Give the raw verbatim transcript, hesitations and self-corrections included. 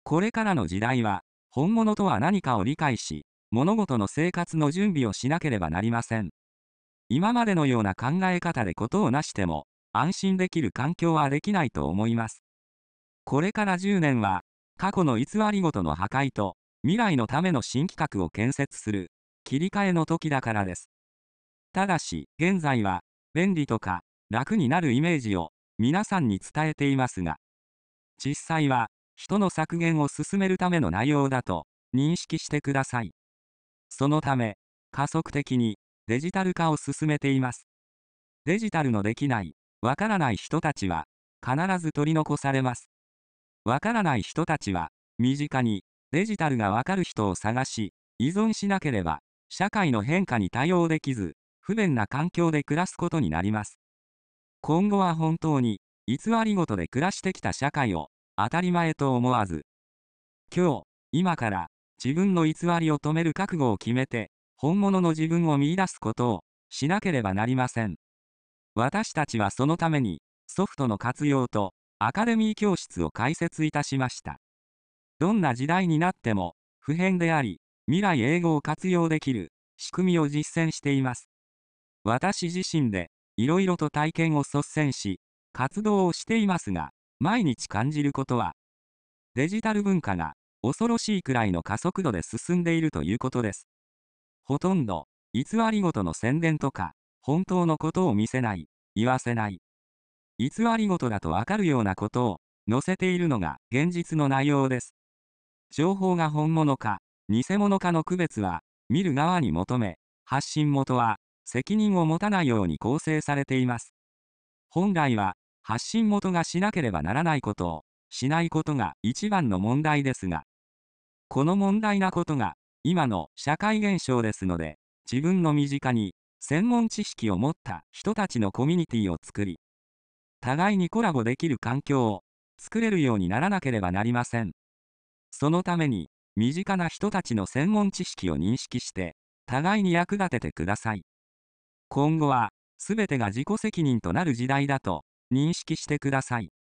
これからの時代は、本物とは何かを理解し、物事の生活の準備をしなければなりません。今までのような考え方で事をなしても、安心できる環境はできないと思います。これからじゅうねんは、過去の偽りごとの破壊と、未来のための新企画を建設する、切り替えの時だからです。ただし、現在は、便利とか、楽になるイメージを、皆さんに伝えていますが、実際は、人の削減を進めるための内容だと、認識してください。そのため、加速的に、デジタル化を進めています。デジタルのできない、わからない人たちは、必ず取り残されます。わからない人たちは、身近に、デジタルがわかる人を探し、依存しなければ、社会の変化に対応できず、不便な環境で暮らすことになります。今後は本当に、偽りごとで暮らしてきた社会を、当たり前と思わず、今日、今から、自分の偽りを止める覚悟を決めて、本物の自分を見出すことを、しなければなりません。私たちはそのために、ソフトの活用と、アカデミー教室を開設いたしました。どんな時代になっても、不変であり、未来永劫を活用できる、仕組みを実践しています。私自身で、いろいろと体験を率先し、活動をしていますが、毎日感じることは、デジタル文化が、恐ろしいくらいの加速度で進んでいるということです。ほとんど、偽りごとの宣伝とか、本当のことを見せない、言わせない。偽りごとだとわかるようなことを、載せているのが現実の内容です。情報が本物か、偽物かの区別は、見る側に求め、発信元は、責任を持たないように構成されています。本来は、発信元がしなければならないことを、しないことが一番の問題ですが、この問題なことが、今の社会現象ですので、自分の身近に、専門知識を持った人たちのコミュニティを作り、互いにコラボできる環境を作れるようにならなければなりません。そのために、身近な人たちの専門知識を認識して、互いに役立ててください。今後は、すべてが自己責任となる時代だと認識してください。